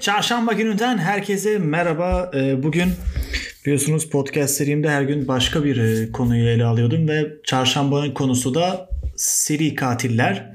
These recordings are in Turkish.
Çarşamba gününden herkese merhaba. Bugün biliyorsunuz podcast serimde her gün başka bir konuyu ele alıyordum ve çarşambanın konusu da seri katiller.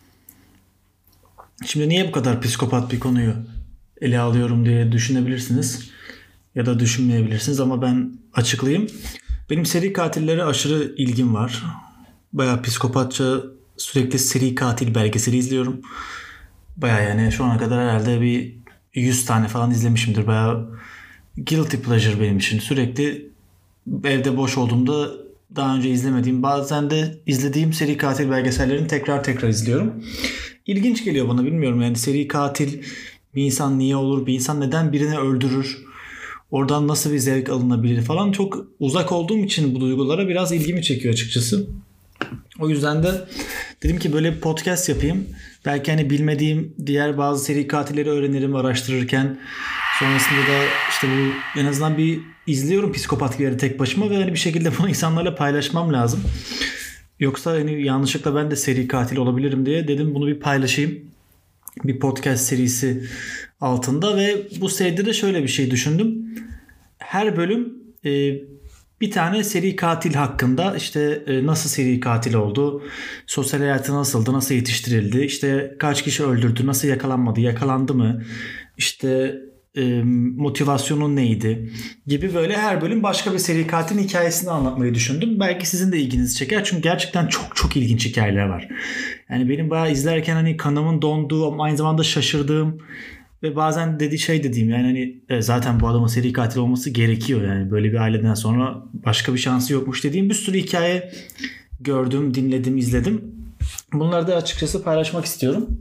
Şimdi niye bu kadar psikopat bir konuyu ele alıyorum diye düşünebilirsiniz ya da düşünmeyebilirsiniz ama ben açıklayayım. Benim seri katillere aşırı ilgim var. Bayağı psikopatça sürekli seri katil belgeseli izliyorum. Bayağı yani şu ana kadar herhalde bir 100 tane falan izlemişimdir. Bayağı guilty pleasure benim için. Sürekli evde boş olduğumda daha önce izlemediğim, bazen de izlediğim seri katil belgesellerini tekrar izliyorum. İlginç geliyor bana, bilmiyorum yani seri katil bir insan niye olur, bir insan neden birini öldürür, oradan nasıl bir zevk alınabilir falan, çok uzak olduğum için bu duygulara biraz ilgimi çekiyor açıkçası. O yüzden de dedim ki böyle bir podcast yapayım. Belki hani bilmediğim diğer bazı seri katilleri öğrenirim araştırırken. Sonrasında da işte bu en azından bir izliyorum psikopatları tek başıma ve hani bir şekilde bunu insanlarla paylaşmam lazım. Yoksa hani yanlışlıkla ben de seri katil olabilirim diye dedim bunu bir paylaşayım. Bir podcast serisi altında ve bu seride de şöyle bir şey düşündüm. Her bölüm bir tane seri katil hakkında, işte nasıl seri katil oldu, sosyal hayatı nasıldı, nasıl yetiştirildi, işte kaç kişi öldürdü, nasıl yakalanmadı, yakalandı mı, işte motivasyonu neydi gibi, böyle her bölüm başka bir seri katilin hikayesini anlatmayı düşündüm. Belki sizin de ilginizi çeker çünkü gerçekten çok ilginç hikayeler var. Yani benim bayağı izlerken hani kanımın donduğu ama aynı zamanda şaşırdığım ve bazen dediğim yani hani zaten bu adamın seri katil olması gerekiyor, yani böyle bir aileden sonra başka bir şansı yokmuş dediğim bir sürü hikaye gördüm, dinledim, izledim. Bunları da açıkçası paylaşmak istiyorum.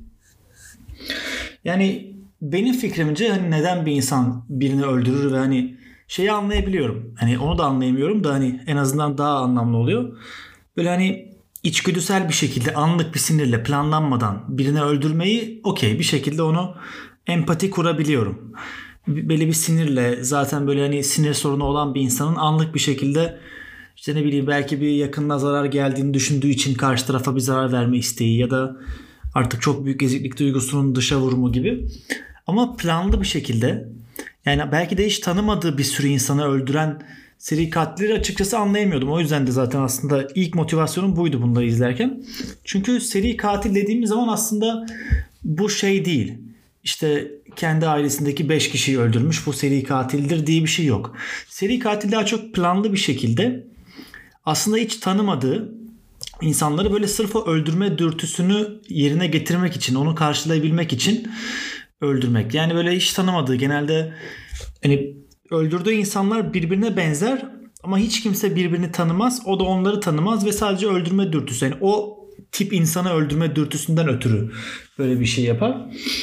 Yani benim fikrimce hani neden bir insan birini öldürür ve hani şeyi anlayabiliyorum. Hani onu da anlayamıyorum da hani en azından daha anlamlı oluyor. Böyle hani içgüdüsel bir şekilde, anlık bir sinirle, planlanmadan birini öldürmeyi okey, bir şekilde onu empati kurabiliyorum. Böyle bir sinirle, zaten böyle hani sinir sorunu olan bir insanın anlık bir şekilde işte ne bileyim belki bir yakınına zarar geldiğini düşündüğü için karşı tarafa bir zarar verme isteği ya da artık çok büyük eziklik duygusunun dışa vurumu gibi. Ama planlı bir şekilde, yani belki de hiç tanımadığı bir sürü insanı öldüren seri katilleri açıkçası anlayamıyordum. O yüzden de zaten aslında ilk motivasyonum buydu bunları izlerken. Çünkü seri katil dediğimiz zaman aslında bu şey değil. İşte kendi ailesindeki 5 kişiyi öldürmüş, bu seri katildir diye bir şey yok. Seri katil daha çok planlı bir şekilde aslında hiç tanımadığı insanları böyle sırf o öldürme dürtüsünü yerine getirmek için, onu karşılayabilmek için öldürmek. Yani böyle hiç tanımadığı, genelde hani öldürdüğü insanlar birbirine benzer ama hiç kimse birbirini tanımaz. O da onları tanımaz ve sadece öldürme dürtüsü. Yani o tip insanı öldürme dürtüsünden ötürü böyle bir şey yapar.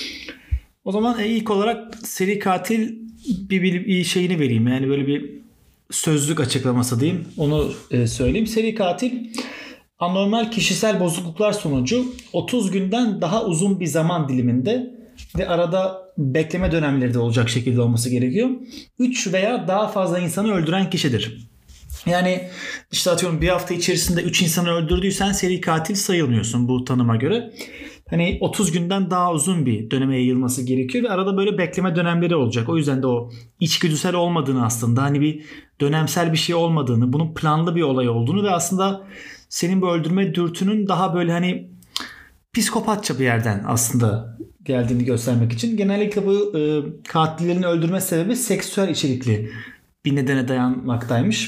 O zaman ilk olarak seri katil bir şeyini vereyim. Yani böyle bir sözlük açıklaması diyeyim. Onu söyleyeyim. Seri katil anormal kişisel bozukluklar sonucu 30 günden daha uzun bir zaman diliminde ve arada bekleme dönemleri de olacak şekilde olması gerekiyor, 3 veya daha fazla insanı öldüren kişidir. Yani işte atıyorum bir hafta içerisinde 3 insanı öldürdüysen seri katil sayılmıyorsun bu tanıma göre. Hani 30 günden daha uzun bir döneme yayılması gerekiyor ve arada böyle bekleme dönemleri olacak. O yüzden de o içgüdüsel olmadığını, aslında hani bir dönemsel bir şey olmadığını, bunun planlı bir olay olduğunu ve aslında senin bu öldürme dürtünün daha böyle hani psikopatça bir yerden aslında geldiğini göstermek için. Genellikle bu katillerin öldürme sebebi seksüel içerikli bir nedene dayanmaktaymış.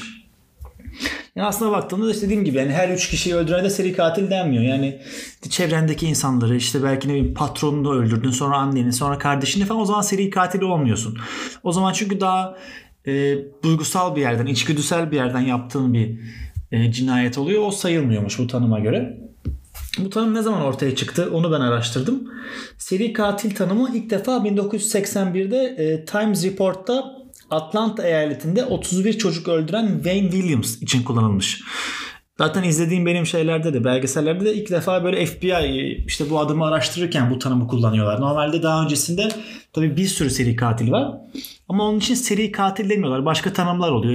Yani aslında baktığımda işte dediğim gibi yani her 3 kişiyi öldürene de seri katil denmiyor. Yani çevrendeki insanları, işte belki ne bileyim patronunu öldürdün, sonra anneni, sonra kardeşini falan, o zaman seri katil olmuyorsun. O zaman çünkü daha duygusal bir yerden, içgüdüsel bir yerden yaptığın bir cinayet oluyor. O sayılmıyormuş bu tanıma göre. Bu tanım ne zaman ortaya çıktı onu ben araştırdım. Seri katil tanımı ilk defa 1981'de Times Report'ta Atlanta eyaletinde 31 çocuk öldüren Wayne Williams için kullanılmış. Zaten izlediğim benim şeylerde de, belgesellerde de ilk defa böyle FBI işte bu adımı araştırırken bu tanımı kullanıyorlar. Normalde daha öncesinde tabii bir sürü seri katil var. Ama onun için seri katil demiyorlar. Başka tanımlar oluyor.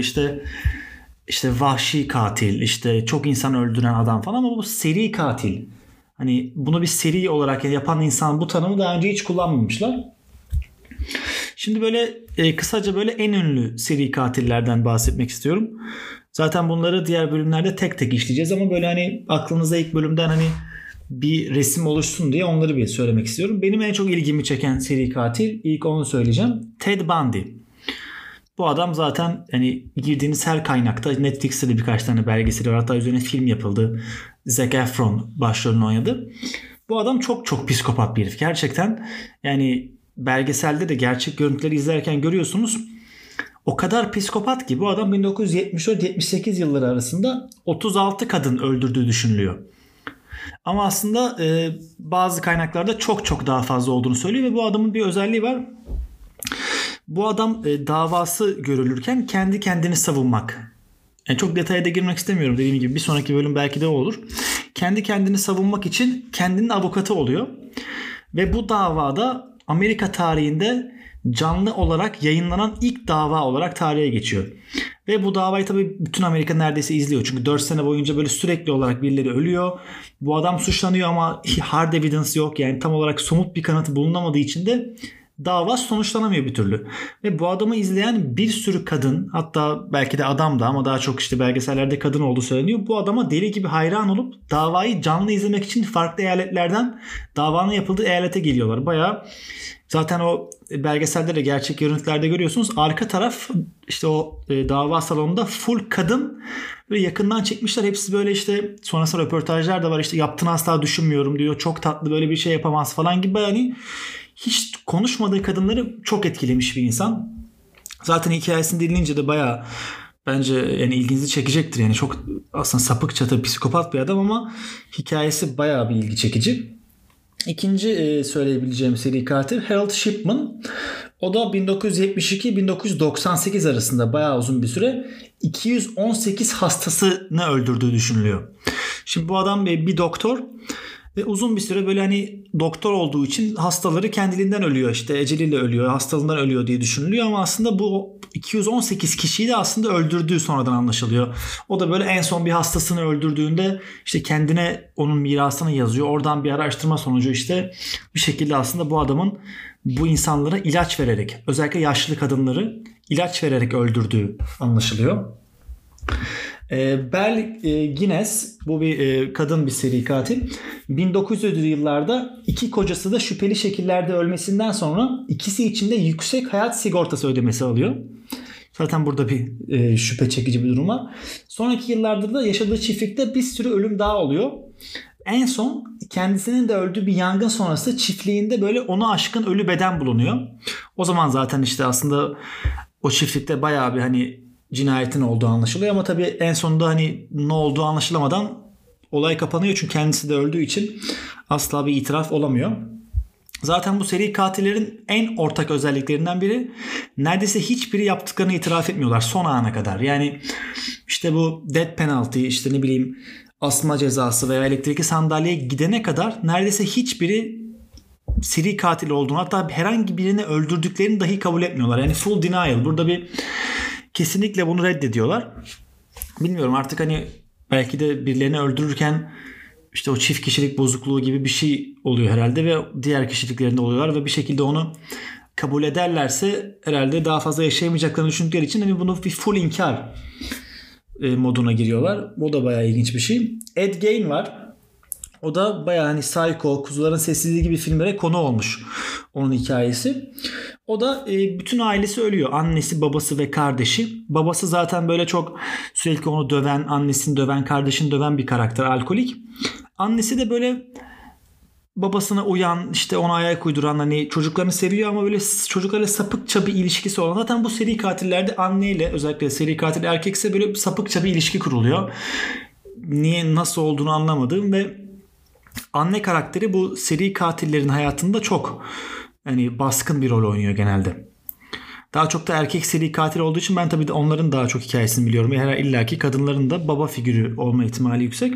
İşte vahşi katil, işte çok insan öldüren adam falan, ama bu seri katil. Hani bunu bir seri olarak yapan insan, bu tanımı daha önce hiç kullanmamışlar. Şimdi böyle kısaca böyle en ünlü seri katillerden bahsetmek istiyorum. Zaten bunları diğer bölümlerde tek tek işleyeceğiz ama böyle hani aklınıza ilk bölümden hani bir resim oluşsun diye onları bir söylemek istiyorum. Benim en çok ilgimi çeken seri katil, ilk onu söyleyeceğim. Ted Bundy. Bu adam zaten hani girdiğiniz her kaynakta, Netflix'te de birkaç tane belgeseli var. Hatta üzerine film yapıldı. Zac Efron başrolünü oynadı. Bu adam çok çok psikopat bir herif. Gerçekten yani belgeselde de gerçek görüntüleri izlerken görüyorsunuz. O kadar psikopat ki bu adam 1974-78 yılları arasında 36 kadın öldürdüğü düşünülüyor. Ama aslında bazı kaynaklarda çok çok daha fazla olduğunu söylüyor ve bu adamın bir özelliği var. Bu adam davası görülürken kendi kendini savunmak. Yani çok detaya da girmek istemiyorum, dediğim gibi bir sonraki bölüm belki de olur. Kendi kendini savunmak için kendinin avukatı oluyor. Ve bu davada Amerika tarihinde canlı olarak yayınlanan ilk dava olarak tarihe geçiyor. Ve bu davayı tabii bütün Amerika neredeyse izliyor. Çünkü 4 sene boyunca böyle sürekli olarak birileri ölüyor. Bu adam suçlanıyor ama hard evidence yok. Yani tam olarak somut bir kanıtı bulunamadığı için de dava sonuçlanamıyor bir türlü. Ve bu adamı izleyen bir sürü kadın, hatta belki de adam da ama daha çok işte belgesellerde kadın olduğu söyleniyor. Bu adama deli gibi hayran olup davayı canlı izlemek için farklı eyaletlerden davanın yapıldığı eyalete geliyorlar. Bayağı zaten o belgeselde de gerçek görüntülerde görüyorsunuz. Arka taraf işte o dava salonunda full kadın ve yakından çekmişler. Hepsi böyle işte sonrasında röportajlar da var. İşte yaptığını asla düşünmüyorum diyor. Çok tatlı, böyle bir şey yapamaz falan gibi, yani hiç konuşmadığı kadınları çok etkilemiş bir insan. Zaten hikayesini dinleyince de bayağı bence yani ilginizi çekecektir. Yani çok aslında sapık çatı psikopat bir adam ama hikayesi bayağı bir ilgi çekici. İkinci söyleyebileceğim seri katil Harold Shipman. O da 1972-1998 arasında bayağı uzun bir süre 218 hastasını öldürdüğü düşünülüyor. Şimdi bu adam bir doktor ve uzun bir süre böyle hani doktor olduğu için hastaları kendiliğinden ölüyor, işte eceliyle ölüyor, hastalığından ölüyor diye düşünülüyor ama aslında bu 218 kişiyi de aslında öldürdüğü sonradan anlaşılıyor. O da böyle en son bir hastasını öldürdüğünde işte kendine onun mirasını yazıyor. Oradan bir araştırma sonucu işte bir şekilde aslında bu adamın bu insanlara ilaç vererek, özellikle yaşlı kadınları ilaç vererek öldürdüğü anlaşılıyor. Belle Gunness, bu bir kadın bir seri katil. 1900'lü yıllarda iki kocası da şüpheli şekillerde ölmesinden sonra ikisi için de yüksek hayat sigortası ödemesi alıyor. Zaten burada bir şüphe çekici bir durum var. Sonraki yıllarda da yaşadığı çiftlikte bir sürü ölüm daha oluyor. En son kendisinin de öldüğü bir yangın sonrası çiftliğinde böyle 10'u aşkın ölü beden bulunuyor. O zaman zaten işte aslında o çiftlikte bayağı bir hani cinayetin olduğu anlaşılıyor ama tabii en sonunda hani ne olduğu anlaşılamadan olay kapanıyor çünkü kendisi de öldüğü için asla bir itiraf olamıyor. Zaten bu seri katillerin en ortak özelliklerinden biri, neredeyse hiçbiri yaptıklarını itiraf etmiyorlar son ana kadar. Yani işte bu death penalty, işte ne bileyim asma cezası veya elektrikli sandalyeye gidene kadar neredeyse hiçbiri seri katil olduğunu, hatta herhangi birini öldürdüklerini dahi kabul etmiyorlar. Yani full denial. Burada bir kesinlikle bunu reddediyorlar. Bilmiyorum artık hani belki de birilerini öldürürken işte o çift kişilik bozukluğu gibi bir şey oluyor herhalde ve diğer kişiliklerinde oluyorlar ve bir şekilde onu kabul ederlerse herhalde daha fazla yaşayamayacaklarını düşündükleri için hani bunu bir full inkar moduna giriyorlar. O da bayağı ilginç bir şey. Ed Gein var. O da bayağı hani Psycho, Kuzuların Sessizliği gibi filmlere konu olmuş onun hikayesi. O da bütün ailesi ölüyor. Annesi, babası ve kardeşi. Babası zaten böyle çok sürekli onu döven, annesini döven, kardeşini döven bir karakter, alkolik. Annesi de böyle babasına uyan, işte ona ayak uyduran, hani çocuklarını seviyor ama böyle çocuklarla sapıkça bir ilişkisi olan. Zaten bu seri katillerde anneyle, özellikle seri katil erkekse böyle sapıkça bir ilişki kuruluyor. Niye, nasıl olduğunu anlamadığım ve anne karakteri bu seri katillerin hayatında çok yani baskın bir rol oynuyor genelde. Daha çok da erkek seri katil olduğu için ben tabii de onların daha çok hikayesini biliyorum. Herhalde illaki kadınların da baba figürü olma ihtimali yüksek.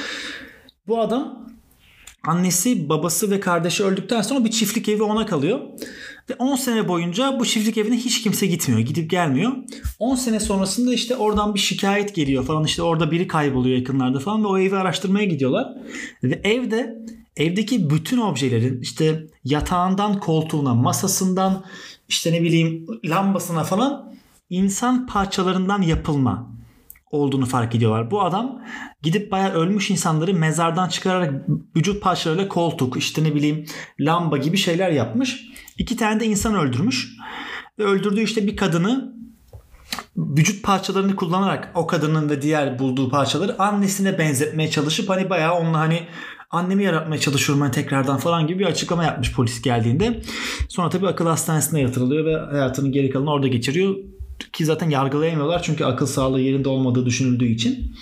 Bu adam, annesi, babası ve kardeşi öldükten sonra bir çiftlik evi ona kalıyor. Ve 10 sene boyunca bu çiftlik evine hiç kimse gitmiyor. Gidip gelmiyor. 10 sene sonrasında işte oradan bir şikayet geliyor falan. İşte orada biri kayboluyor yakınlarda falan ve o evi araştırmaya gidiyorlar. Ve evde evdeki bütün objelerin işte yatağından koltuğuna, masasından işte ne bileyim lambasına falan insan parçalarından yapılma olduğunu fark ediyorlar. Bu adam gidip bayağı ölmüş insanları mezardan çıkararak vücut parçalarıyla koltuk, işte ne bileyim lamba gibi şeyler yapmış. 2 tane de insan öldürmüş. Ve öldürdüğü işte bir kadını vücut parçalarını kullanarak o kadının ve diğer bulduğu parçaları annesine benzetmeye çalışıp hani bayağı onunla hani annemi yaratmaya çalışıyorum ben tekrardan falan gibi bir açıklama yapmış polis geldiğinde. Sonra tabii akıl hastanesine yatırılıyor ve hayatının geri kalanını orada geçiriyor. Ki zaten yargılayamıyorlar çünkü akıl sağlığı yerinde olmadığı düşünüldüğü için.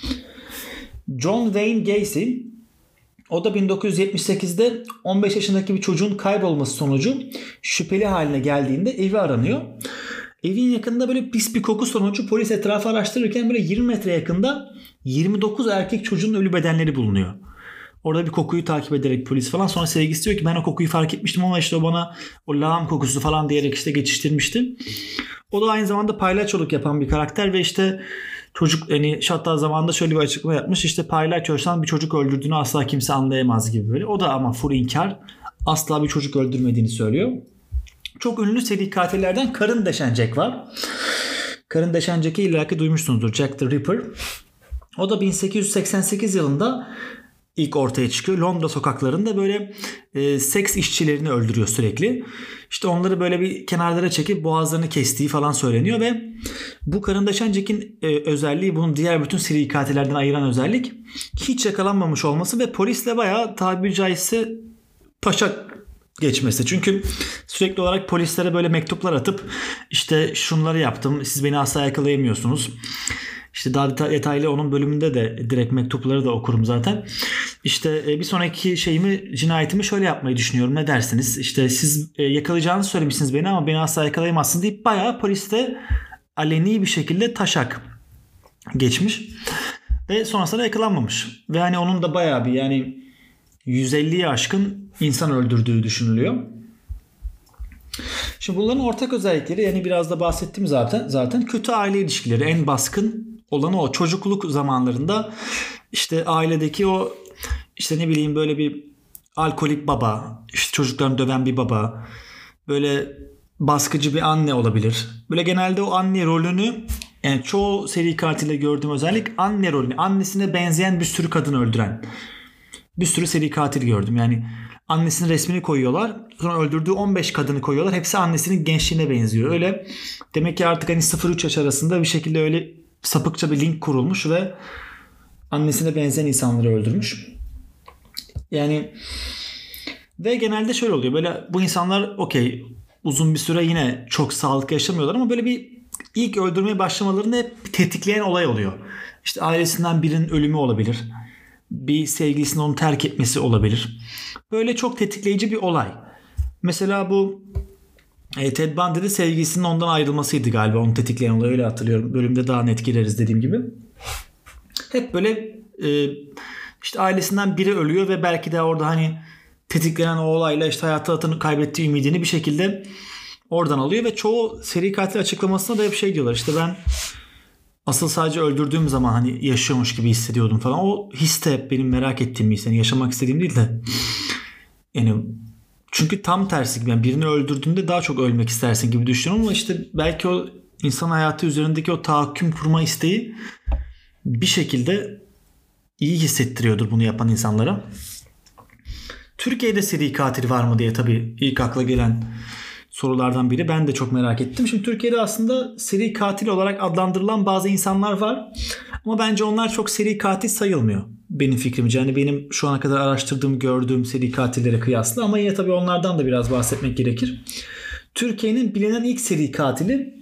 John Wayne Gacy, o da 1978'de 15 yaşındaki bir çocuğun kaybolması sonucu şüpheli haline geldiğinde evi aranıyor. Evin yakında böyle pis bir koku sonucu polis etrafı araştırırken böyle 20 metre yakında 29 erkek çocuğun ölü bedenleri bulunuyor. Orada bir kokuyu takip ederek polis falan, sonra sevgilisi diyor ki ben o kokuyu fark etmiştim ama işte o bana o lağım kokusu falan diyerek işte geçiştirmişti. O da aynı zamanda palyaçoluk yapan bir karakter ve işte çocuk yani hatta zamanında şöyle bir açıklama yapmış, işte palyaçoysan bir çocuk öldürdüğünü asla kimse anlayamaz gibi böyle. O da ama full inkar, asla bir çocuk öldürmediğini söylüyor. Çok ünlü seri katillerden Karın Deşen Jack var. Karın Deşen Jack'i illaki duymuşsunuzdur. Jack the Ripper. O da 1888 yılında ilk ortaya çıkıyor. Londra sokaklarında böyle seks işçilerini öldürüyor sürekli. İşte onları böyle bir kenarlara çekip boğazlarını kestiği falan söyleniyor ve bu Karın Deşen Jack'in özelliği, bunun diğer bütün seri katillerden ayıran özellik hiç yakalanmamış olması ve polisle bayağı tabiri caizse paşa geçmesi. Çünkü sürekli olarak polislere böyle mektuplar atıp işte şunları yaptım, siz beni asla yakalayamıyorsunuz. İşte daha detaylı onun bölümünde de direkt mektupları da okurum zaten. İşte bir sonraki cinayetimi şöyle yapmayı düşünüyorum, ne dersiniz? İşte siz yakalayacağınızı söylemişsiniz beni ama beni asla yakalayamazsınız deyip bayağı poliste aleni bir şekilde taşak geçmiş. Ve sonrasında yakalanmamış. Ve hani onun da bayağı bir yani 150'ye aşkın insan öldürdüğü düşünülüyor. Şimdi bunların ortak özellikleri, yani biraz da bahsettim zaten kötü aile ilişkileri, en baskın olanı o. Çocukluk zamanlarında işte ailedeki o işte ne bileyim böyle bir alkolik baba, işte çocuklarını döven bir baba, böyle baskıcı bir anne olabilir. Böyle genelde o anne rolünü, yani çoğu seri katilde gördüğüm özellik anne rolünü, annesine benzeyen bir sürü kadın öldüren bir sürü seri katil gördüm. Yani annesinin resmini koyuyorlar. Sonra öldürdüğü 15 kadını koyuyorlar. Hepsi annesinin gençliğine benziyor. Öyle demek ki artık hani 0-3 yaş arasında bir şekilde öyle sapıkça bir link kurulmuş ve annesine benzeyen insanları öldürmüş. Yani ve genelde şöyle oluyor. Böyle bu insanlar okey uzun bir süre yine çok sağlıklı yaşamıyorlar ama böyle bir ilk öldürmeye başlamalarında hep tetikleyen olay oluyor. İşte ailesinden birinin ölümü olabilir. Bir sevgilisinin onu terk etmesi olabilir. Böyle çok tetikleyici bir olay. Mesela bu Ted Bundy'de sevgilisinin ondan ayrılmasıydı galiba onu tetikleyen olay, öyle hatırlıyorum. Bölümde daha net gireriz dediğim gibi. Hep böyle işte ailesinden biri ölüyor ve belki de orada hani tetiklenen o olayla işte hayatını kaybettiği ümidini bir şekilde oradan alıyor ve çoğu seri katil açıklamasında da hep şey diyorlar, işte ben asıl sadece öldürdüğüm zaman hani yaşıyormuş gibi hissediyordum falan. O his de hep benim merak ettiğim bir his. Yani yaşamak istediğim değil de. Yani çünkü tam tersi gibi. Yani birini öldürdüğünde daha çok ölmek istersin gibi düşünüyorum ama işte belki o insan hayatı üzerindeki o tahakküm kurma isteği bir şekilde iyi hissettiriyordur bunu yapan insanlara. Türkiye'de seri katil var mı diye tabii ilk akla gelen sorulardan biri. Ben de çok merak ettim. Şimdi Türkiye'de aslında seri katil olarak adlandırılan bazı insanlar var. Ama bence onlar çok seri katil sayılmıyor. Benim fikrimce. Yani benim şu ana kadar araştırdığım, gördüğüm seri katillere kıyasla. Ama yine tabii onlardan da biraz bahsetmek gerekir. Türkiye'nin bilinen ilk seri katili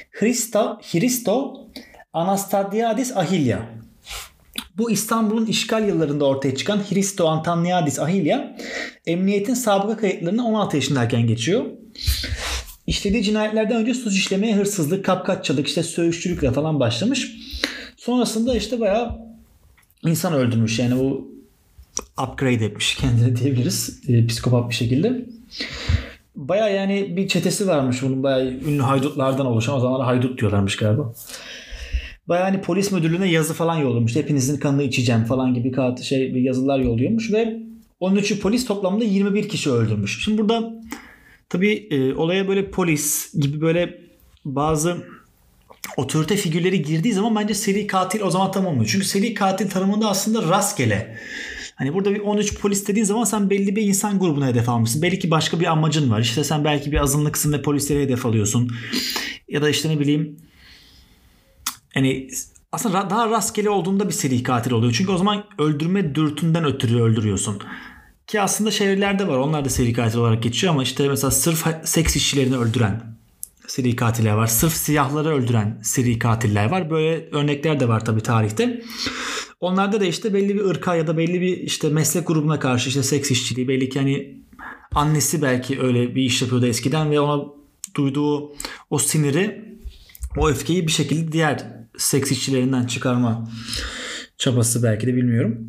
Hristo Anastasiadis Ahilya. Bu İstanbul'un işgal yıllarında ortaya çıkan Hristo Anastasiadis Ahilya, emniyetin sabıka kayıtlarına 16 yaşındayken geçiyor. İşlediği cinayetlerden önce suç işlemeye hırsızlık, kapkaççılık, işte söğüşçülükle falan başlamış. Sonrasında işte bayağı insan öldürmüş. Yani bu upgrade etmiş kendini diyebiliriz. Psikopat bir şekilde. Bayağı yani bir çetesi varmış bunun. Bayağı ünlü haydutlardan oluşan. O zamanlar haydut diyorlarmış galiba. Bayağı hani polis müdürlüğüne yazı falan yollamış. Hepinizin kanını içeceğim falan gibi yazılar yolluyormuş ve 13'ü polis, toplamda 21 kişi öldürmüş. Şimdi burada tabii olaya böyle polis gibi böyle bazı otorite figürleri girdiği zaman bence seri katil o zaman tam olmuyor. Çünkü seri katil tanımında aslında rastgele. Hani burada bir 13 polis dediğin zaman sen belli bir insan grubuna hedef almışsın. Belki başka bir amacın var. İşte sen belki bir azınlıksın ve polisleri hedef alıyorsun. Ya da işte ne bileyim, hani aslında daha rastgele olduğunda bir seri katil oluyor. Çünkü o zaman öldürme dürtünden ötürü öldürüyorsun. Ki aslında şehirlerde var. Onlar da seri katil olarak geçiyor ama işte mesela sırf seks işçilerini öldüren seri katiller var. Sırf siyahları öldüren seri katiller var. Böyle örnekler de var tabii tarihte. Onlarda da işte belli bir ırka ya da belli bir işte meslek grubuna karşı işte seks işçiliği, belli ki hani annesi belki öyle bir iş yapıyordu eskiden ve ona duyduğu o siniri, o öfkeyi bir şekilde diğer seks işçilerinden çıkarma çabası belki de, bilmiyorum.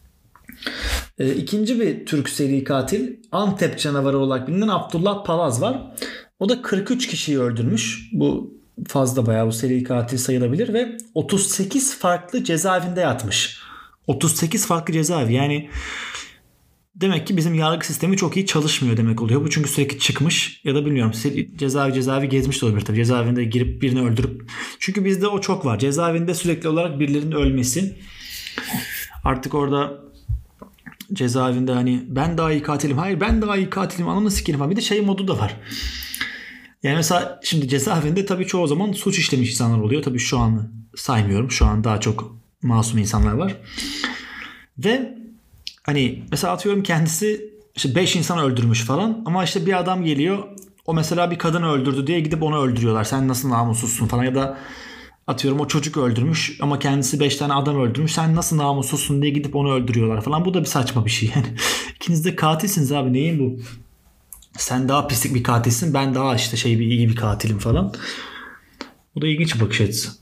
İkinci bir Türk seri katil Antep canavarı olarak bilinen Abdullah Palaz var. O da 43 kişiyi öldürmüş. Bu fazla, bayağı bu seri katil sayılabilir ve 38 farklı cezaevinde yatmış. 38 farklı cezaevi, yani demek ki bizim yargı sistemi çok iyi çalışmıyor demek oluyor. Bu çünkü sürekli çıkmış ya da bilmiyorum, cezaevi gezmiş de olabilir tabii. Cezaevinde girip birini öldürüp. Çünkü bizde o çok var. Cezaevinde sürekli olarak birilerinin ölmesi. Artık orada cezaevinde hani ben daha iyi katilim, hayır ben daha iyi katilim, ananı sikerim falan. Bir de şey modu da var. Yani mesela şimdi cezaevinde tabii çoğu zaman suç işlemiş insanlar oluyor. Tabii şu an saymıyorum. Şu an daha çok masum insanlar var. Ve hani mesela atıyorum kendisi işte 5 insan öldürmüş falan ama işte bir adam geliyor. O mesela bir kadını öldürdü diye gidip onu öldürüyorlar. Sen nasıl namussuzsun falan, ya da atıyorum o çocuk öldürmüş ama kendisi 5 tane adam öldürmüş. Sen nasıl namussuzsun diye gidip onu öldürüyorlar falan. Bu da bir saçma bir şey yani. İkiniz de katilsiniz abi, neyin bu? Sen daha pislik bir katilsin, ben daha işte iyi bir katilim falan. Bu da ilginç bir bakış açısı.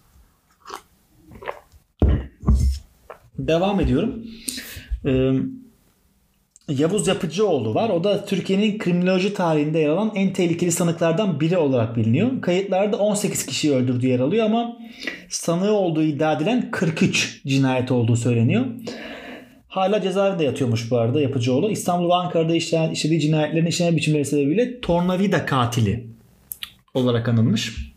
Devam ediyorum. Yavuz Yapıcıoğlu var. O da Türkiye'nin kriminoloji tarihinde yer alan en tehlikeli sanıklardan biri olarak biliniyor. Kayıtlarda 18 kişiyi öldürdüğü yer alıyor ama sanığı olduğu iddia edilen 43 cinayet olduğu söyleniyor. Hala cezaevinde yatıyormuş bu arada Yapıcıoğlu. İstanbul ve Ankara'da işlediği cinayetlerin işleme biçimleri sebebiyle tornavida katili olarak anılmış.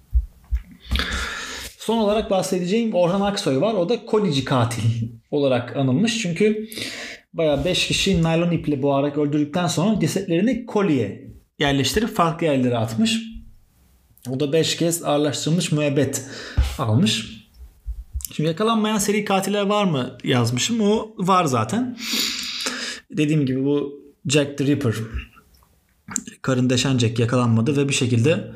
Son olarak bahsedeceğim Orhan Aksoy var. O da kolici katil olarak anılmış. Çünkü bayağı 5 kişiyi naylon iple boğarak öldürdükten sonra cesetlerini kolye yerleştirip farklı yerlere atmış. O da 5 kez ağırlaştırılmış müebbet almış. Şimdi yakalanmayan seri katiller var mı yazmışım. O var zaten. Dediğim gibi bu Jack the Ripper, karın deşen Jack yakalanmadı ve bir şekilde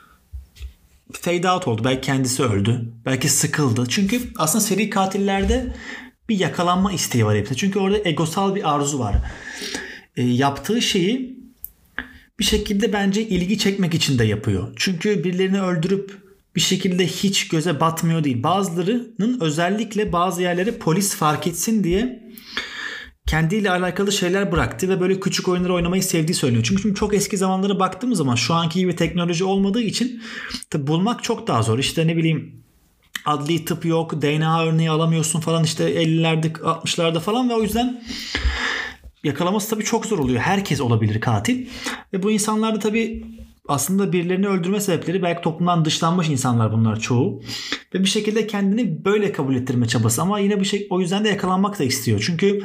fade out oldu. Belki kendisi öldü. Belki sıkıldı. Çünkü aslında seri katillerde bir yakalanma isteği var hepsinde. Çünkü orada egosal bir arzu var. Yaptığı şeyi bir şekilde bence ilgi çekmek için de yapıyor. Çünkü birilerini öldürüp bir şekilde hiç göze batmıyor değil. Bazılarının özellikle bazı yerlere polis fark etsin diye kendiyle alakalı şeyler bıraktı ve böyle küçük oyunları oynamayı sevdiği söyleniyor. Çünkü şimdi çok eski zamanlara baktığımız zaman şu anki gibi teknoloji olmadığı için tabii bulmak çok daha zor. İşte ne bileyim, adli tıp yok, DNA örneği alamıyorsun falan, işte 50'lerde 60'larda falan ve o yüzden yakalaması tabii çok zor oluyor. Herkes olabilir katil. Ve bu insanlar da tabii aslında birilerini öldürme sebepleri belki toplumdan dışlanmış insanlar bunlar çoğu. Ve bir şekilde kendini böyle kabul ettirme çabası. Ama yine bir şey, o yüzden de yakalanmak da istiyor. Çünkü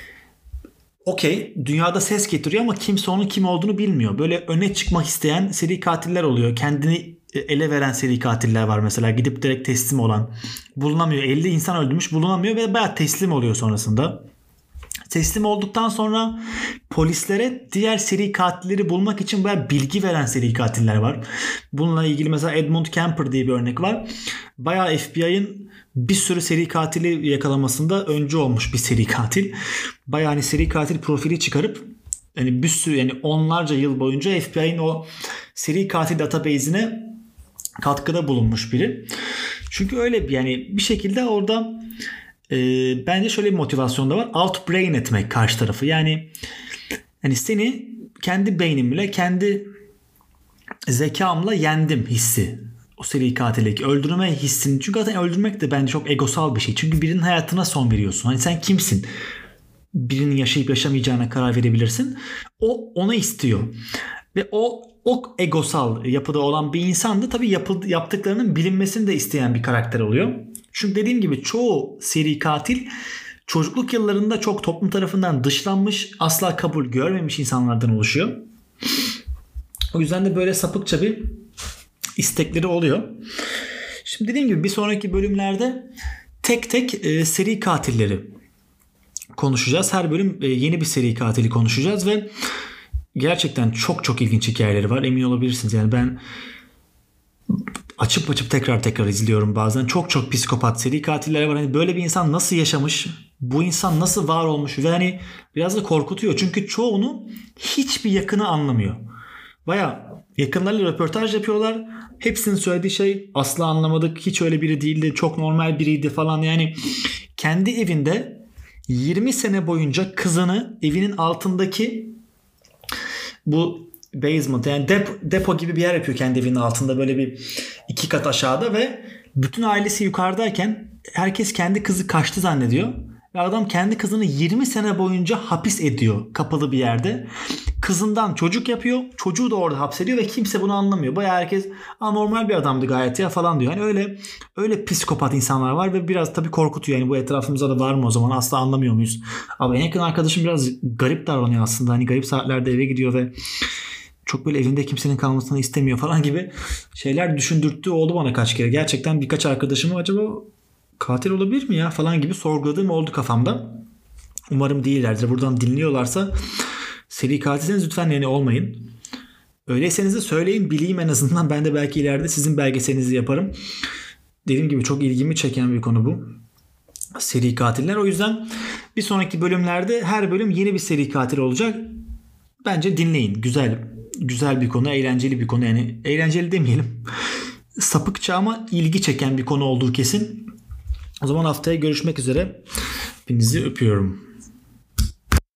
okey, dünyada ses getiriyor ama kimse onun kim olduğunu bilmiyor. Böyle öne çıkmak isteyen seri katiller oluyor. Kendini ele veren seri katiller var mesela. Gidip direkt teslim olan. Bulunamıyor. 50 insan öldürmüş, bulunamıyor ve bayağı teslim oluyor sonrasında. Teslim olduktan sonra polislere diğer seri katilleri bulmak için bayağı bilgi veren seri katiller var. Bununla ilgili mesela Edmund Kemper diye bir örnek var. Bayağı FBI'ın bir sürü seri katili yakalamasında öncü olmuş bir seri katil. Bayağı hani seri katil profili çıkarıp hani bir sürü, yani onlarca yıl boyunca FBI'nin o seri katil database'ine katkıda bulunmuş biri. Çünkü öyle bir, yani bir şekilde orada bence şöyle bir motivasyon da var. Outbrain etmek karşı tarafı. Yani hani seni kendi beynimle, kendi zekamla yendim hissi. O seri katildeki öldürme hissini. Çünkü zaten öldürmek de bence çok egosal bir şey. Çünkü birinin hayatına son veriyorsun. Hani sen kimsin? birinin yaşayıp yaşamayacağına karar verebilirsin. O onu istiyor. Ve o egosal yapıda olan bir insan da tabii yaptıklarının bilinmesini de isteyen bir karakter oluyor. Çünkü dediğim gibi çoğu seri katil çocukluk yıllarında çok toplum tarafından dışlanmış, asla kabul görmemiş insanlardan oluşuyor. O yüzden de böyle sapıkça bir istekleri oluyor. Şimdi dediğim gibi bir sonraki bölümlerde tek tek seri katilleri konuşacağız. Her bölüm yeni bir seri katili konuşacağız ve gerçekten çok çok ilginç hikayeleri var. Emin olabilirsiniz. Yani ben açıp tekrar izliyorum bazen. Çok çok psikopat seri katiller var. Hani böyle bir insan nasıl yaşamış? Bu insan nasıl var olmuş? Ve hani biraz da korkutuyor. Çünkü çoğunu hiçbir yakını anlamıyor. Baya yakınlarıyla röportaj yapıyorlar. Hepsinin söylediği şey asla anlamadık. Hiç öyle biri değildi. Çok normal biriydi falan. Yani kendi evinde 20 sene boyunca kızını evinin altındaki bu basement yani depo gibi bir yer yapıyor kendi evinin altında, böyle bir 2 kat aşağıda ve bütün ailesi yukarıdayken herkes kendi kızı kaçtı zannediyor. Ve adam kendi kızını 20 sene boyunca hapis ediyor kapalı bir yerde. Kızından çocuk yapıyor. Çocuğu da orada hapsediyor ve kimse bunu anlamıyor. Bayağı herkes normal bir adamdı gayet ya falan diyor. Yani öyle psikopat insanlar var ve biraz tabii korkutuyor. Yani bu etrafımızda da var mı o zaman, asla anlamıyor muyuz? Abi en yakın arkadaşım biraz garip davranıyor aslında. Hani garip saatlerde eve gidiyor ve çok böyle evinde kimsenin kalmasını istemiyor falan gibi şeyler düşündürttüğü oldu bana kaç kere. Gerçekten birkaç arkadaşımı acaba katil olabilir mi ya falan gibi sorguladığım oldu kafamda. Umarım değillerdir. Buradan dinliyorlarsa seri katilseniz lütfen yani olmayın. Öyleyseniz de söyleyin, bileyim en azından. Ben de belki ileride sizin belgeselinizi yaparım. Dediğim gibi çok ilgimi çeken bir konu bu. Seri katiller. O yüzden bir sonraki bölümlerde her bölüm yeni bir seri katil olacak. Bence dinleyin. Güzel bir konu, eğlenceli bir konu. Yani eğlenceli demeyelim. Sapıkça ama ilgi çeken bir konu olduğu kesin. O zaman haftaya görüşmek üzere. Hepinizi öpüyorum.